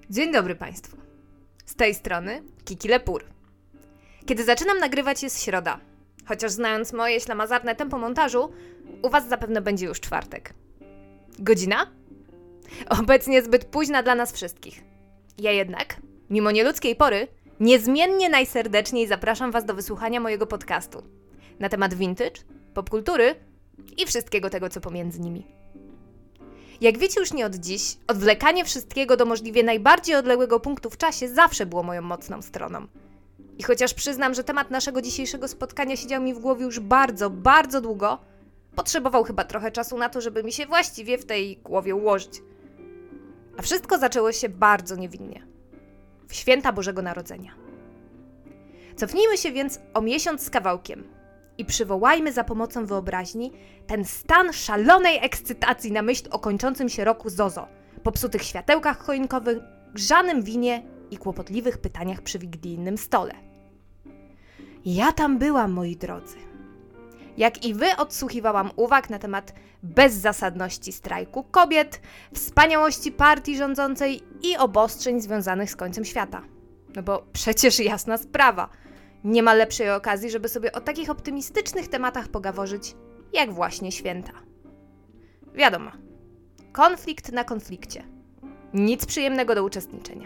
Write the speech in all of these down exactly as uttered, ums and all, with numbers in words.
Dzień dobry Państwu. Z tej strony Kiki Lepur. Kiedy zaczynam nagrywać, jest środa. Chociaż znając moje ślamazarne tempo montażu, u Was zapewne będzie już czwartek. Godzina? Obecnie zbyt późna dla nas wszystkich. Ja jednak, mimo nieludzkiej pory, niezmiennie najserdeczniej zapraszam Was do wysłuchania mojego podcastu na temat vintage, popkultury i wszystkiego tego, co pomiędzy nimi. Jak wiecie już nie od dziś, odwlekanie wszystkiego do możliwie najbardziej odległego punktu w czasie zawsze było moją mocną stroną. I chociaż przyznam, że temat naszego dzisiejszego spotkania siedział mi w głowie już bardzo, bardzo długo, potrzebował chyba trochę czasu na to, żeby mi się właściwie w tej głowie ułożyć. A wszystko zaczęło się bardzo niewinnie. W święta Bożego Narodzenia. Cofnijmy się więc o miesiąc z kawałkiem i przywołajmy za pomocą wyobraźni ten stan szalonej ekscytacji na myśl o kończącym się roku Zozo, popsutych światełkach choinkowych, grzanym winie i kłopotliwych pytaniach przy wigilijnym stole. Ja tam byłam, moi drodzy. Jak i wy odsłuchiwałam uwag na temat bezzasadności strajku kobiet, wspaniałości partii rządzącej i obostrzeń związanych z końcem świata. No bo przecież jasna sprawa, nie ma lepszej okazji, żeby sobie o takich optymistycznych tematach pogaworzyć, jak właśnie święta. Wiadomo, konflikt na konflikcie. Nic przyjemnego do uczestniczenia.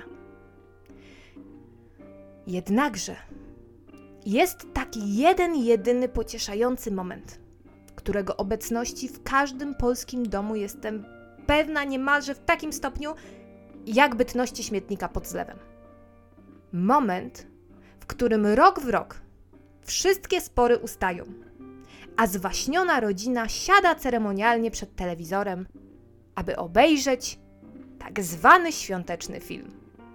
Jednakże jest taki jeden, jedyny pocieszający moment, którego obecności w każdym polskim domu jestem pewna niemalże w takim stopniu, jak bytności śmietnika pod zlewem. Moment, w którym rok w rok wszystkie spory ustają, a zwaśniona rodzina siada ceremonialnie przed telewizorem, aby obejrzeć tak zwany świąteczny film.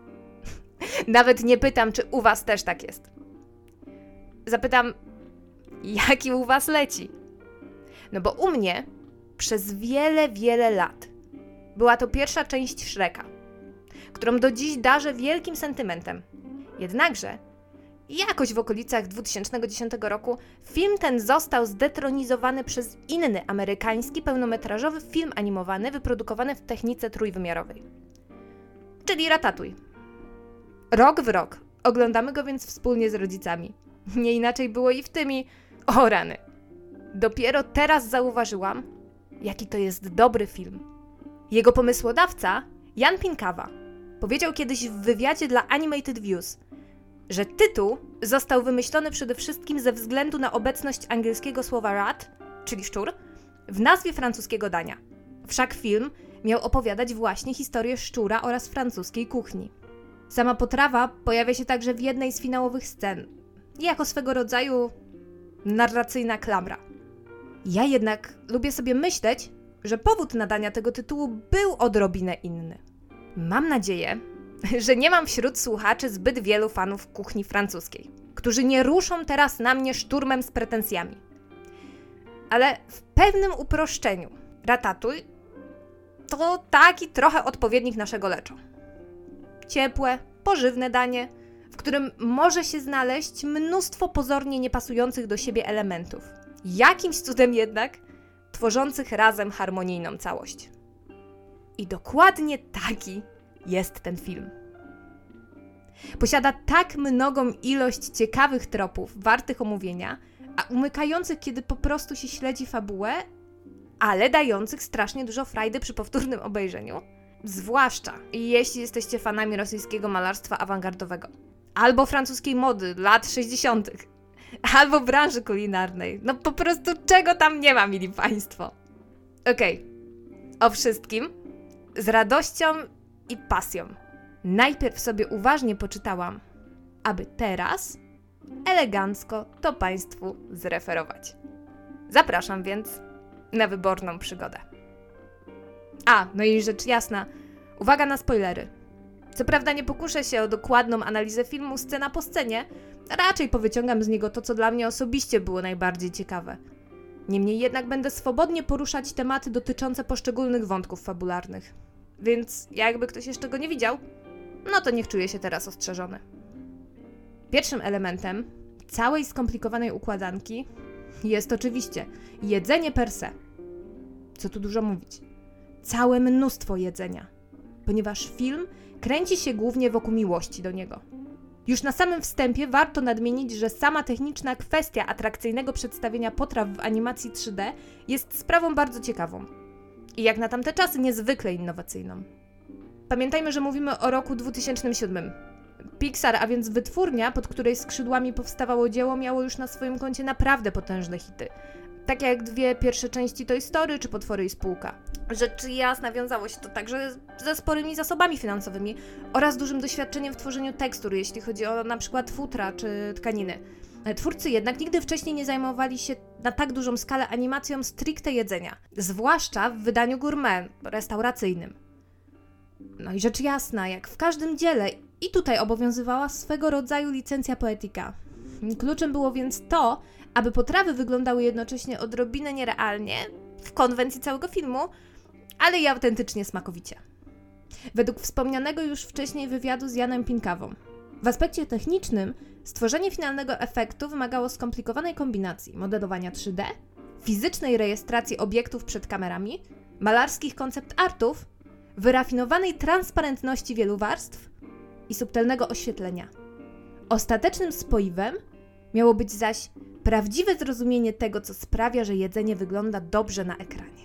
Nawet nie pytam, czy u Was też tak jest. Zapytam, jaki u Was leci? No bo u mnie przez wiele, wiele lat była to pierwsza część Shreka, którą do dziś darzę wielkim sentymentem. Jednakże jakoś w okolicach dwutysięcznego dziesiątego roku film ten został zdetronizowany przez inny amerykański pełnometrażowy film animowany wyprodukowany w technice trójwymiarowej. Czyli Ratatouille. Rok w rok oglądamy go więc wspólnie z rodzicami. Nie inaczej było i w tymi. O rany! Dopiero teraz zauważyłam, jaki to jest dobry film. Jego pomysłodawca, Jan Pinkawa, powiedział kiedyś w wywiadzie dla Animated Views, że tytuł został wymyślony przede wszystkim ze względu na obecność angielskiego słowa rat, czyli szczur, w nazwie francuskiego dania. Wszak film miał opowiadać właśnie historię szczura oraz francuskiej kuchni. Sama potrawa pojawia się także w jednej z finałowych scen, jako swego rodzaju narracyjna klamra. Ja jednak lubię sobie myśleć, że powód nadania tego tytułu był odrobinę inny. Mam nadzieję, że nie mam wśród słuchaczy zbyt wielu fanów kuchni francuskiej, którzy nie ruszą teraz na mnie szturmem z pretensjami. Ale w pewnym uproszczeniu Ratatouille to taki trochę odpowiednik naszego leczo. Ciepłe, pożywne danie, w którym może się znaleźć mnóstwo pozornie niepasujących do siebie elementów. Jakimś cudem jednak tworzących razem harmonijną całość. I dokładnie taki jest ten film. Posiada tak mnogą ilość ciekawych tropów, wartych omówienia, a umykających, kiedy po prostu się śledzi fabułę, ale dających strasznie dużo frajdy przy powtórnym obejrzeniu. Zwłaszcza jeśli jesteście fanami rosyjskiego malarstwa awangardowego, albo francuskiej mody lat sześćdziesiątych, albo branży kulinarnej. No po prostu czego tam nie ma, mili Państwo. Okej, okay. O wszystkim z radością i pasją. Najpierw sobie uważnie poczytałam, aby teraz elegancko to Państwu zreferować. Zapraszam więc na wyborną przygodę. A, no i rzecz jasna, uwaga na spoilery. Co prawda nie pokuszę się o dokładną analizę filmu scena po scenie, raczej powyciągam z niego to, co dla mnie osobiście było najbardziej ciekawe. Niemniej jednak będę swobodnie poruszać tematy dotyczące poszczególnych wątków fabularnych. Więc jakby ktoś jeszcze go nie widział, no to niech czuje się teraz ostrzeżony. Pierwszym elementem całej skomplikowanej układanki jest oczywiście jedzenie per se. Co tu dużo mówić. Całe mnóstwo jedzenia. ponieważ film kręci się głównie wokół miłości do niego. Już na samym wstępie warto nadmienić, że sama techniczna kwestia atrakcyjnego przedstawienia potraw w animacji trzy D jest sprawą bardzo ciekawą i jak na tamte czasy niezwykle innowacyjną. Pamiętajmy, że mówimy o roku dwutysięcznym siódmym. Pixar, a więc wytwórnia, pod której skrzydłami powstawało dzieło, miało już na swoim koncie naprawdę potężne hity. Takie jak dwie pierwsze części Toy Story czy Potwory i spółka. Rzecz jasna, wiązało się to także ze sporymi zasobami finansowymi oraz dużym doświadczeniem w tworzeniu tekstur, jeśli chodzi o na przykład futra czy tkaniny. Twórcy jednak nigdy wcześniej nie zajmowali się na tak dużą skalę animacją stricte jedzenia, zwłaszcza w wydaniu gourmet, restauracyjnym. No i rzecz jasna, jak w każdym dziele, i tutaj obowiązywała swego rodzaju licencja poetyka. Kluczem było więc to, aby potrawy wyglądały jednocześnie odrobinę nierealnie, w konwencji całego filmu, ale i autentycznie smakowicie. Według wspomnianego już wcześniej wywiadu z Janem Pinkawą, w aspekcie technicznym stworzenie finalnego efektu wymagało skomplikowanej kombinacji modelowania trzy D, fizycznej rejestracji obiektów przed kamerami, malarskich koncept artów, wyrafinowanej transparentności wielu warstw i subtelnego oświetlenia. Ostatecznym spoiwem miało być zaś prawdziwe zrozumienie tego, co sprawia, że jedzenie wygląda dobrze na ekranie.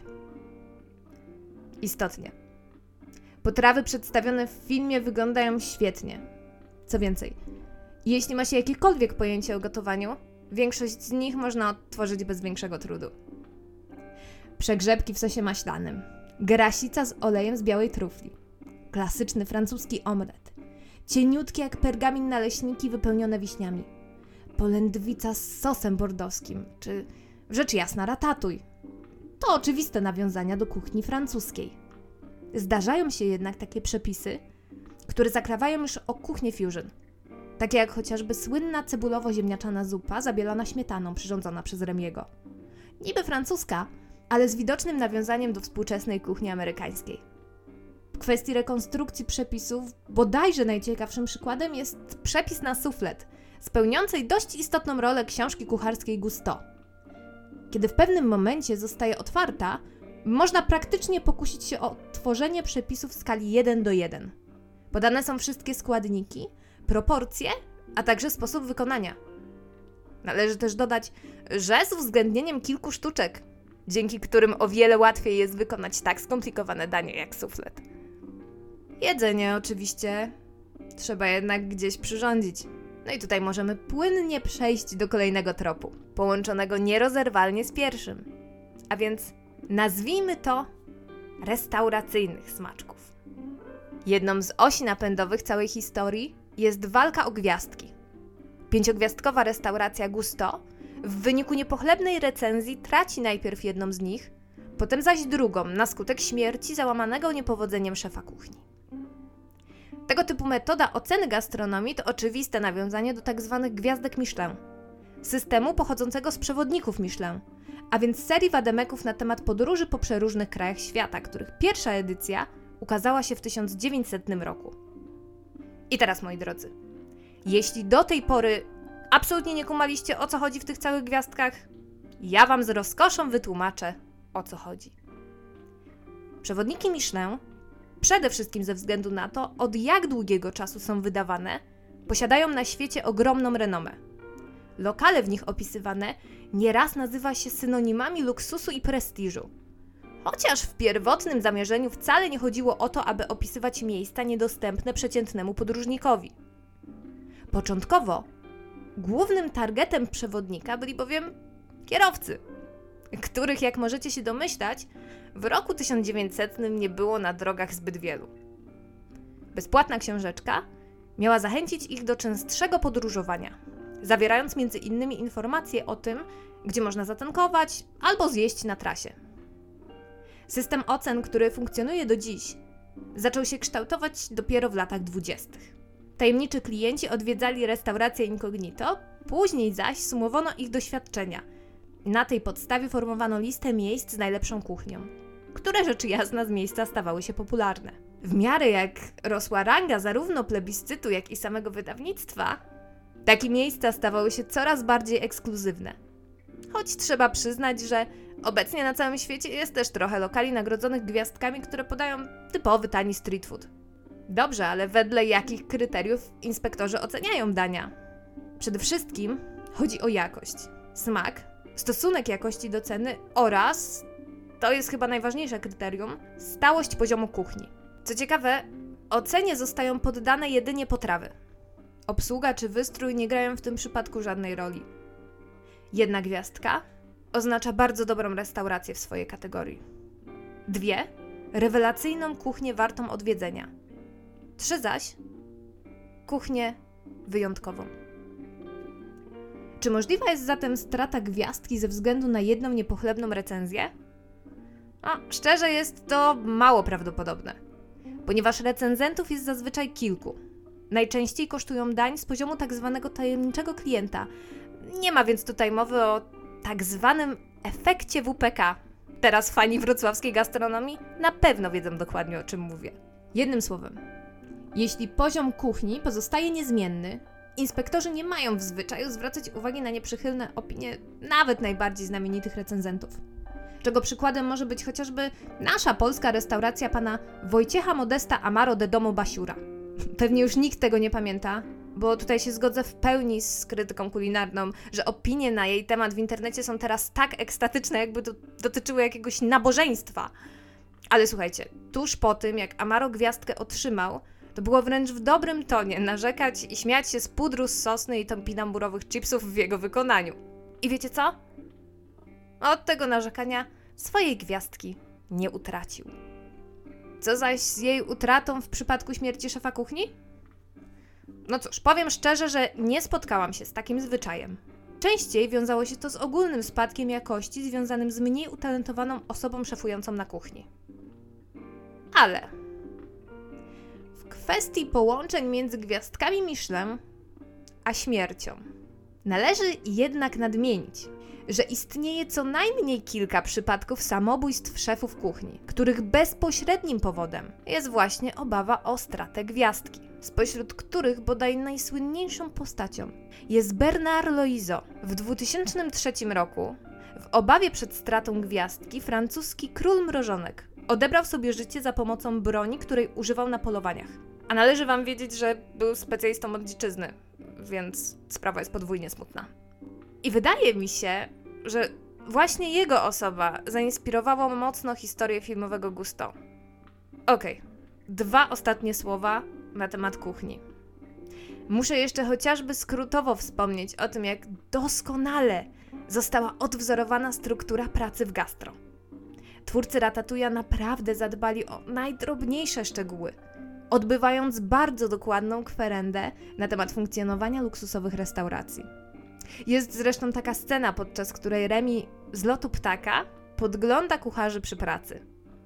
Istotnie. Potrawy przedstawione w filmie wyglądają świetnie. Co więcej, jeśli ma się jakiekolwiek pojęcie o gotowaniu, większość z nich można odtworzyć bez większego trudu. Przegrzebki w sosie maślanym, grasica z olejem z białej trufli, klasyczny francuski omlet, cieniutkie jak pergamin naleśniki wypełnione wiśniami, polędwica z sosem bordowskim, czy rzecz jasna ratatuj. To oczywiste nawiązania do kuchni francuskiej. Zdarzają się jednak takie przepisy, które zakrawają już o kuchnię fusion. Takie jak chociażby słynna cebulowo-ziemniaczana zupa zabielona śmietaną przyrządzona przez Remiego. Niby francuska, ale z widocznym nawiązaniem do współczesnej kuchni amerykańskiej. W kwestii rekonstrukcji przepisów bodajże najciekawszym przykładem jest przepis na suflet, spełniającej dość istotną rolę książki kucharskiej Gusteau. Kiedy w pewnym momencie zostaje otwarta, można praktycznie pokusić się o tworzenie przepisów w skali jeden do jeden. Podane są wszystkie składniki, proporcje, a także sposób wykonania. Należy też dodać, że z uwzględnieniem kilku sztuczek, dzięki którym o wiele łatwiej jest wykonać tak skomplikowane danie jak suflet. Jedzenie oczywiście trzeba jednak gdzieś przyrządzić. No i tutaj możemy płynnie przejść do kolejnego tropu, połączonego nierozerwalnie z pierwszym. A więc nazwijmy to restauracyjnych smaczków. Jedną z osi napędowych całej historii jest walka o gwiazdki. Pięciogwiazdkowa restauracja Gusteau w wyniku niepochlebnej recenzji traci najpierw jedną z nich, potem zaś drugą na skutek śmierci załamanego niepowodzeniem szefa kuchni. Tego typu metoda oceny gastronomii to oczywiste nawiązanie do tzw. gwiazdek Michelin, systemu pochodzącego z przewodników Michelin, a więc serii wademeków na temat podróży po przeróżnych krajach świata, których pierwsza edycja ukazała się w tysiąc dziewięćsetnym roku. I teraz, moi drodzy, jeśli do tej pory absolutnie nie kumaliście, o co chodzi w tych całych gwiazdkach, ja Wam z rozkoszą wytłumaczę, o co chodzi. Przewodniki Michelin, przede wszystkim ze względu na to, od jak długiego czasu są wydawane, posiadają na świecie ogromną renomę. Lokale w nich opisywane nieraz nazywa się synonimami luksusu i prestiżu. Chociaż w pierwotnym zamierzeniu wcale nie chodziło o to, aby opisywać miejsca niedostępne przeciętnemu podróżnikowi. Początkowo głównym targetem przewodnika byli bowiem kierowcy, których, jak możecie się domyślać, w roku tysiąc dziewięćsetnym nie było na drogach zbyt wielu. Bezpłatna książeczka miała zachęcić ich do częstszego podróżowania, zawierając między innymi informacje o tym, gdzie można zatankować albo zjeść na trasie. System ocen, który funkcjonuje do dziś, zaczął się kształtować dopiero w latach dwudziestych. Tajemniczy klienci odwiedzali restaurację incognito, później zaś sumowano ich doświadczenia. Na tej podstawie formowano listę miejsc z najlepszą kuchnią, które rzecz jasna z miejsca stawały się popularne. W miarę jak rosła ranga zarówno plebiscytu, jak i samego wydawnictwa, takie miejsca stawały się coraz bardziej ekskluzywne. Choć trzeba przyznać, że obecnie na całym świecie jest też trochę lokali nagrodzonych gwiazdkami, które podają typowy tani street food. Dobrze, ale wedle jakich kryteriów inspektorzy oceniają dania? Przede wszystkim chodzi o jakość, smak, stosunek jakości do ceny oraz, to jest chyba najważniejsze kryterium, stałość poziomu kuchni. Co ciekawe, ocenie zostają poddane jedynie potrawy. Obsługa czy wystrój nie grają w tym przypadku żadnej roli. Jedna gwiazdka oznacza bardzo dobrą restaurację w swojej kategorii. Dwie – rewelacyjną kuchnię wartą odwiedzenia. Trzy zaś – kuchnię wyjątkową. Czy możliwa jest zatem strata gwiazdki ze względu na jedną niepochlebną recenzję? No, szczerze jest to mało prawdopodobne, ponieważ recenzentów jest zazwyczaj kilku. Najczęściej kosztują dań z poziomu tak zwanego tajemniczego klienta. Nie ma więc tutaj mowy o tak zwanym efekcie W P K. Teraz fani wrocławskiej gastronomii na pewno wiedzą dokładnie, o czym mówię. Jednym słowem, jeśli poziom kuchni pozostaje niezmienny, inspektorzy nie mają w zwyczaju zwracać uwagi na nieprzychylne opinie nawet najbardziej znamienitych recenzentów. Czego przykładem może być chociażby nasza polska restauracja pana Wojciecha Modesta Amaro de Domo Basiura. Pewnie już nikt tego nie pamięta, bo tutaj się zgodzę w pełni z krytyką kulinarną, że opinie na jej temat w internecie są teraz tak ekstatyczne, jakby do, dotyczyły jakiegoś nabożeństwa. Ale słuchajcie, tuż po tym, jak Amaro gwiazdkę otrzymał, to było wręcz w dobrym tonie narzekać i śmiać się z pudru z sosny i topinamburowych chipsów w jego wykonaniu. I wiecie co? Od tego narzekania swojej gwiazdki nie utracił. Co zaś z jej utratą w przypadku śmierci szefa kuchni? No cóż, powiem szczerze, że nie spotkałam się z takim zwyczajem. Częściej wiązało się to z ogólnym spadkiem jakości związanym z mniej utalentowaną osobą szefującą na kuchni. Ale w kwestii połączeń między gwiazdkami Michelin a śmiercią należy jednak nadmienić, że istnieje co najmniej kilka przypadków samobójstw szefów kuchni, których bezpośrednim powodem jest właśnie obawa o stratę gwiazdki, spośród których bodaj najsłynniejszą postacią jest Bernard Loiseau. W dwutysięcznym trzecim roku, w obawie przed stratą gwiazdki, francuski król mrożonek odebrał sobie życie za pomocą broni, której używał na polowaniach. A należy wam wiedzieć, że był specjalistą od dziczyzny, więc sprawa jest podwójnie smutna. I wydaje mi się, że właśnie jego osoba zainspirowała mocno historię filmowego Gusto. Okej, okay. Dwa ostatnie słowa na temat kuchni. Muszę jeszcze chociażby skrótowo wspomnieć o tym, jak doskonale została odwzorowana struktura pracy w gastro. Twórcy Ratatouille'a naprawdę zadbali o najdrobniejsze szczegóły, odbywając bardzo dokładną kwerendę na temat funkcjonowania luksusowych restauracji. Jest zresztą taka scena, podczas której Remy z lotu ptaka podgląda kucharzy przy pracy.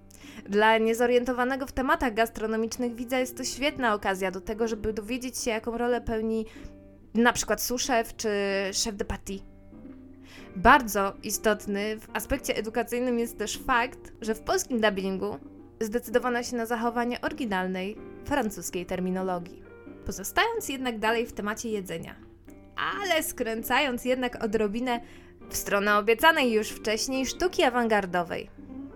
Dla niezorientowanego w tematach gastronomicznych widza jest to świetna okazja do tego, żeby dowiedzieć się, jaką rolę pełni na przykład sous-chef czy chef de partie. Bardzo istotny w aspekcie edukacyjnym jest też fakt, że w polskim dubbingu zdecydowano się na zachowanie oryginalnej francuskiej terminologii. Pozostając jednak dalej w temacie jedzenia, ale skręcając jednak odrobinę w stronę obiecanej już wcześniej sztuki awangardowej.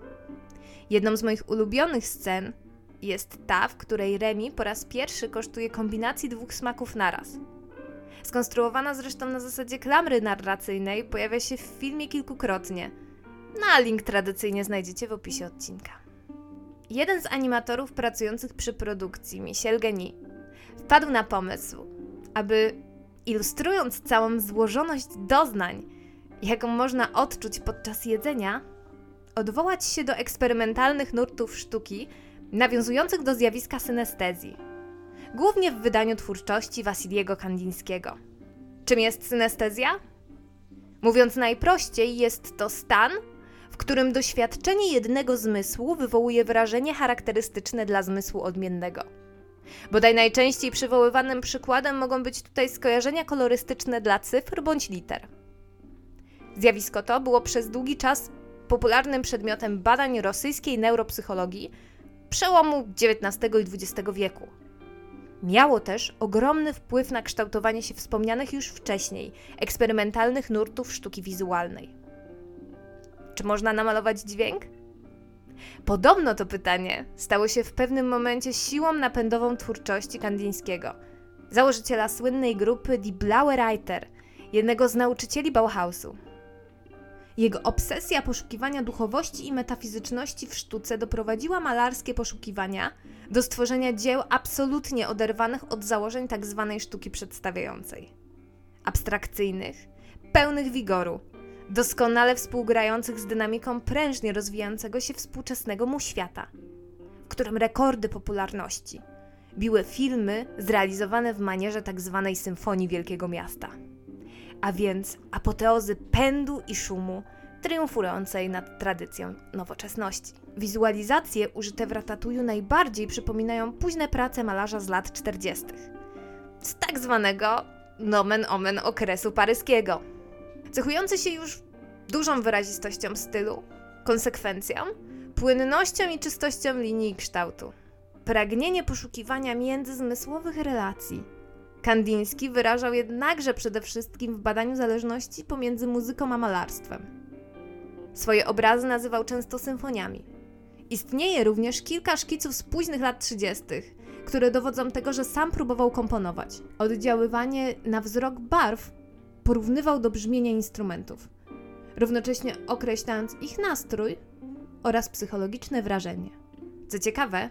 Jedną z moich ulubionych scen jest ta, w której Remy po raz pierwszy kosztuje kombinacji dwóch smaków naraz. Skonstruowana zresztą na zasadzie klamry narracyjnej, pojawia się w filmie kilkukrotnie, no a link tradycyjnie znajdziecie w opisie odcinka. Jeden z animatorów pracujących przy produkcji, Michel Gueny, wpadł na pomysł, aby ilustrując całą złożoność doznań, jaką można odczuć podczas jedzenia, odwołać się do eksperymentalnych nurtów sztuki nawiązujących do zjawiska synestezji, głównie w wydaniu twórczości Wasiliego Kandińskiego. Czym jest synestezja? Mówiąc najprościej, jest to stan, w którym doświadczenie jednego zmysłu wywołuje wrażenie charakterystyczne dla zmysłu odmiennego. Bodaj najczęściej przywoływanym przykładem mogą być tutaj skojarzenia kolorystyczne dla cyfr bądź liter. Zjawisko to było przez długi czas popularnym przedmiotem badań rosyjskiej neuropsychologii przełomu dziewiętnastego i dwudziestego wieku. Miało też ogromny wpływ na kształtowanie się wspomnianych już wcześniej eksperymentalnych nurtów sztuki wizualnej. Czy można namalować dźwięk? Podobno to pytanie stało się w pewnym momencie siłą napędową twórczości Kandińskiego, założyciela słynnej grupy Die Blaue Reiter, jednego z nauczycieli Bauhausu. Jego obsesja poszukiwania duchowości i metafizyczności w sztuce doprowadziła malarskie poszukiwania do stworzenia dzieł absolutnie oderwanych od założeń tzw. sztuki przedstawiającej. Abstrakcyjnych, pełnych wigoru, doskonale współgrających z dynamiką prężnie rozwijającego się współczesnego mu świata, w którym rekordy popularności biły filmy zrealizowane w manierze tzw. symfonii Wielkiego Miasta, a więc apoteozy pędu i szumu triumfującej nad tradycją nowoczesności. Wizualizacje użyte w Ratatouille najbardziej przypominają późne prace malarza z lat czterdziestych, z tak zwanego nomen omen okresu paryskiego, cechujący się już dużą wyrazistością stylu, konsekwencją, płynnością i czystością linii i kształtu. Pragnienie poszukiwania międzyzmysłowych relacji Kandiński wyrażał jednakże przede wszystkim w badaniu zależności pomiędzy muzyką a malarstwem. Swoje obrazy nazywał często symfoniami. Istnieje również kilka szkiców z późnych lat trzydziestych, które dowodzą tego, że sam próbował komponować. Oddziaływanie na wzrok barw porównywał do brzmienia instrumentów, równocześnie określając ich nastrój oraz psychologiczne wrażenie. Co ciekawe,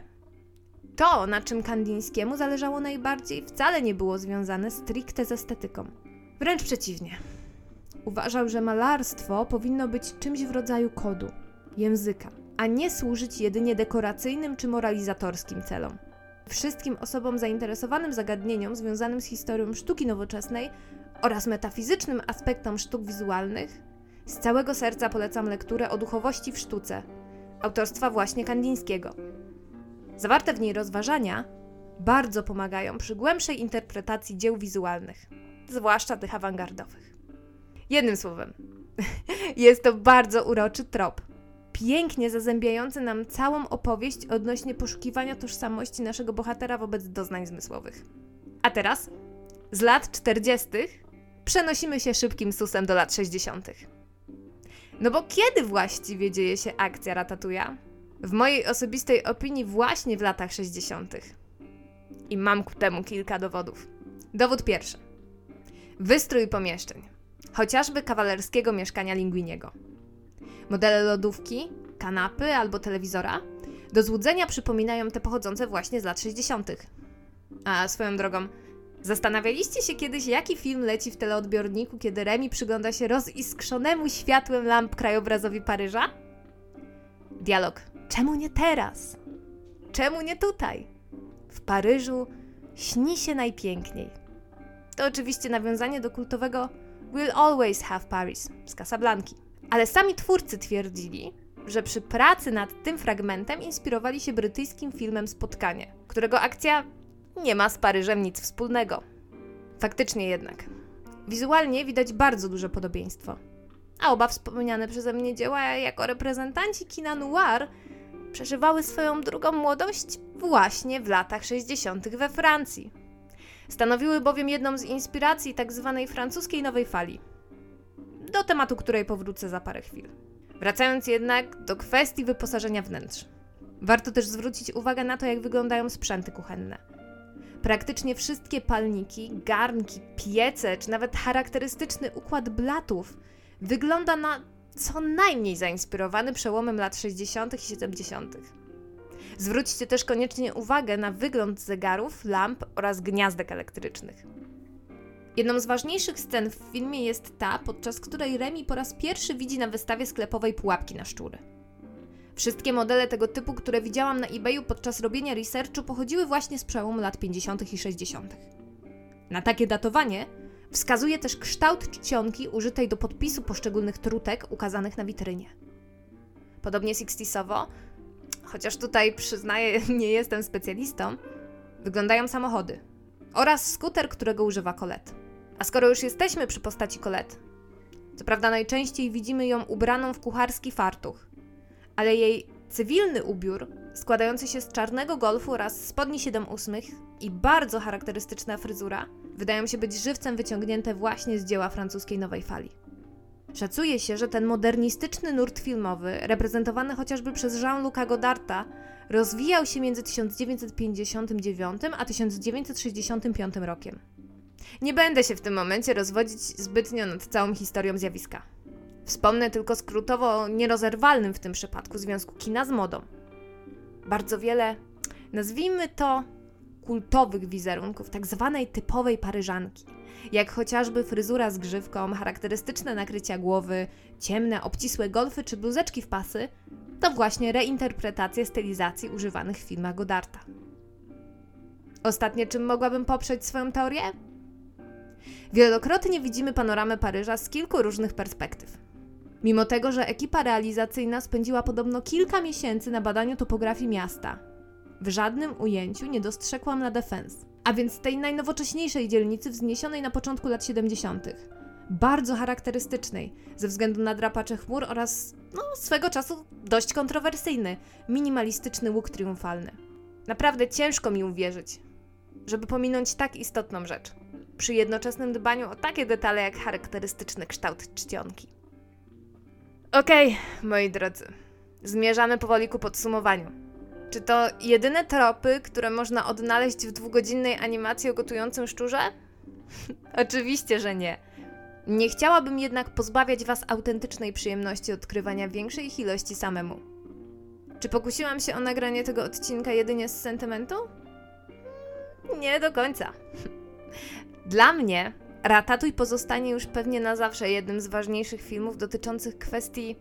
to, na czym Kandińskiemu zależało najbardziej, wcale nie było związane stricte z estetyką. Wręcz przeciwnie. Uważał, że malarstwo powinno być czymś w rodzaju kodu, języka, a nie służyć jedynie dekoracyjnym czy moralizatorskim celom. Wszystkim osobom zainteresowanym zagadnieniom związanym z historią sztuki nowoczesnej oraz metafizycznym aspektom sztuk wizualnych z całego serca polecam lekturę o duchowości w sztuce, autorstwa właśnie Kandińskiego. Zawarte w niej rozważania bardzo pomagają przy głębszej interpretacji dzieł wizualnych, zwłaszcza tych awangardowych. Jednym słowem, jest to bardzo uroczy trop, pięknie zazębiający nam całą opowieść odnośnie poszukiwania tożsamości naszego bohatera wobec doznań zmysłowych. A teraz, z lat czterdziestych, przenosimy się szybkim susem do lat sześćdziesiątych. No bo kiedy właściwie dzieje się akcja Ratatouille'a? W mojej osobistej opinii właśnie w latach sześćdziesiątych. I mam ku temu kilka dowodów. Dowód pierwszy. Wystrój pomieszczeń. Chociażby kawalerskiego mieszkania Linguiniego. Modele lodówki, kanapy albo telewizora do złudzenia przypominają te pochodzące właśnie z lat sześćdziesiątych. A swoją drogą, zastanawialiście się kiedyś, jaki film leci w teleodbiorniku, kiedy Remi przygląda się roziskrzonemu światłem lamp krajobrazowi Paryża? Dialog. Czemu nie teraz? Czemu nie tutaj? W Paryżu śni się najpiękniej. To oczywiście nawiązanie do kultowego We'll always have Paris z Casablanki. Ale sami twórcy twierdzili, że przy pracy nad tym fragmentem inspirowali się brytyjskim filmem Spotkanie, którego akcja nie ma z Paryżem nic wspólnego. Faktycznie jednak. Wizualnie widać bardzo duże podobieństwo. A oba wspomniane przeze mnie dzieła jako reprezentanci kina noir przeżywały swoją drugą młodość właśnie w latach sześćdziesiątych we Francji. Stanowiły bowiem jedną z inspiracji tzw. francuskiej nowej fali, do tematu której powrócę za parę chwil. Wracając jednak do kwestii wyposażenia wnętrz. Warto też zwrócić uwagę na to, jak wyglądają sprzęty kuchenne. Praktycznie wszystkie palniki, garnki, piece, czy nawet charakterystyczny układ blatów wygląda na co najmniej zainspirowany przełomem lat sześćdziesiątych i siedemdziesiątych. Zwróćcie też koniecznie uwagę na wygląd zegarów, lamp oraz gniazdek elektrycznych. Jedną z ważniejszych scen w filmie jest ta, podczas której Remi po raz pierwszy widzi na wystawie sklepowej pułapki na szczury. Wszystkie modele tego typu, które widziałam na eBayu podczas robienia researchu, pochodziły właśnie z przełomu lat pięćdziesiątych i sześćdziesiątych. Na takie datowanie wskazuje też kształt czcionki użytej do podpisu poszczególnych trutek ukazanych na witrynie. Podobnie sixtiesowo, chociaż tutaj przyznaję, nie jestem specjalistą, wyglądają samochody oraz skuter, którego używa Colette. A skoro już jesteśmy przy postaci Colette, co prawda najczęściej widzimy ją ubraną w kucharski fartuch, ale jej cywilny ubiór, składający się z czarnego golfu oraz spodni siedem ósmych i bardzo charakterystyczna fryzura, wydają się być żywcem wyciągnięte właśnie z dzieła francuskiej nowej fali. Szacuje się, że ten modernistyczny nurt filmowy, reprezentowany chociażby przez Jean-Luca Godarta, rozwijał się między tysiąc dziewięćset pięćdziesiątym dziewiątym a tysiąc dziewięćset sześćdziesiątym piątym rokiem. Nie będę się w tym momencie rozwodzić zbytnio nad całą historią zjawiska. Wspomnę tylko skrótowo o nierozerwalnym w tym przypadku związku kina z modą. Bardzo wiele, nazwijmy to, kultowych wizerunków tak zwanej typowej Paryżanki, jak chociażby fryzura z grzywką, charakterystyczne nakrycia głowy, ciemne, obcisłe golfy czy bluzeczki w pasy, to właśnie reinterpretacje stylizacji używanych w filmach Godarta. Ostatnie, czym mogłabym poprzeć swoją teorię? Wielokrotnie widzimy panoramę Paryża z kilku różnych perspektyw. Mimo tego, że ekipa realizacyjna spędziła podobno kilka miesięcy na badaniu topografii miasta, w żadnym ujęciu nie dostrzegłam La Défense, a więc tej najnowocześniejszej dzielnicy wzniesionej na początku lat siedemdziesiątych. Bardzo charakterystycznej, ze względu na drapacze chmur oraz, no, swego czasu dość kontrowersyjny, minimalistyczny łuk triumfalny. Naprawdę ciężko mi uwierzyć, żeby pominąć tak istotną rzecz, przy jednoczesnym dbaniu o takie detale jak charakterystyczny kształt czcionki. Okej, okay, moi drodzy, zmierzamy powoli ku podsumowaniu. Czy to jedyne tropy, które można odnaleźć w dwugodzinnej animacji o gotującym szczurze? Oczywiście, że nie. Nie chciałabym jednak pozbawiać Was autentycznej przyjemności odkrywania większej ich ilości samemu. Czy pokusiłam się o nagranie tego odcinka jedynie z sentymentu? Nie do końca. Dla mnie Ratatouille pozostanie już pewnie na zawsze jednym z ważniejszych filmów dotyczących kwestii,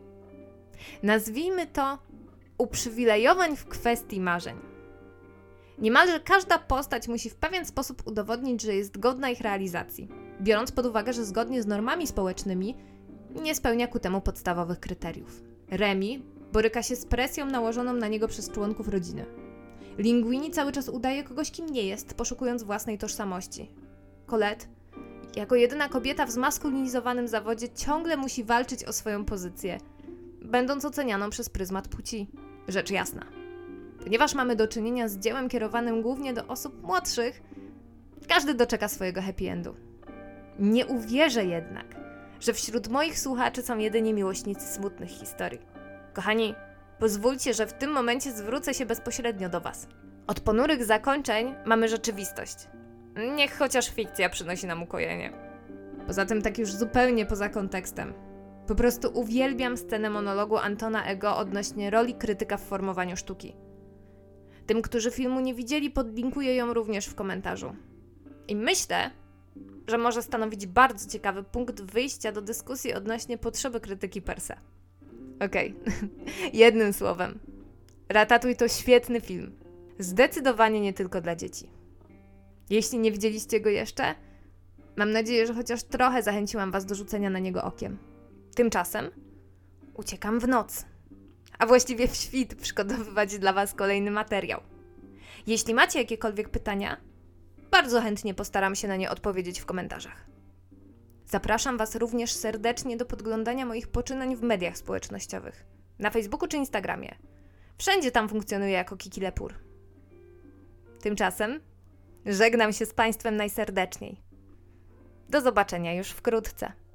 nazwijmy to, uprzywilejowań w kwestii marzeń. Niemalże każda postać musi w pewien sposób udowodnić, że jest godna ich realizacji, biorąc pod uwagę, że zgodnie z normami społecznymi nie spełnia ku temu podstawowych kryteriów. Remi boryka się z presją nałożoną na niego przez członków rodziny. Linguini cały czas udaje kogoś, kim nie jest, poszukując własnej tożsamości. Colette, jako jedyna kobieta w zmaskulinizowanym zawodzie, ciągle musi walczyć o swoją pozycję, będąc ocenianą przez pryzmat płci. Rzecz jasna. Ponieważ mamy do czynienia z dziełem kierowanym głównie do osób młodszych, każdy doczeka swojego happy endu. Nie uwierzę jednak, że wśród moich słuchaczy są jedynie miłośnicy smutnych historii. Kochani, pozwólcie, że w tym momencie zwrócę się bezpośrednio do Was. Od ponurych zakończeń mamy rzeczywistość. Niech chociaż fikcja przynosi nam ukojenie. Poza tym tak już zupełnie poza kontekstem. Po prostu uwielbiam scenę monologu Antona Ego odnośnie roli krytyka w formowaniu sztuki. Tym, którzy filmu nie widzieli, podlinkuję ją również w komentarzu. I myślę, że może stanowić bardzo ciekawy punkt wyjścia do dyskusji odnośnie potrzeby krytyki per se. Okej, okay. Jednym słowem. Ratatouille to świetny film. Zdecydowanie nie tylko dla dzieci. Jeśli nie widzieliście go jeszcze, mam nadzieję, że chociaż trochę zachęciłam Was do rzucenia na niego okiem. Tymczasem uciekam w noc, a właściwie w świt przygotowywać dla Was kolejny materiał. Jeśli macie jakiekolwiek pytania, bardzo chętnie postaram się na nie odpowiedzieć w komentarzach. Zapraszam Was również serdecznie do podglądania moich poczynań w mediach społecznościowych, na Facebooku czy Instagramie. Wszędzie tam funkcjonuję jako Kiki Lepur. Tymczasem żegnam się z Państwem najserdeczniej. Do zobaczenia już wkrótce.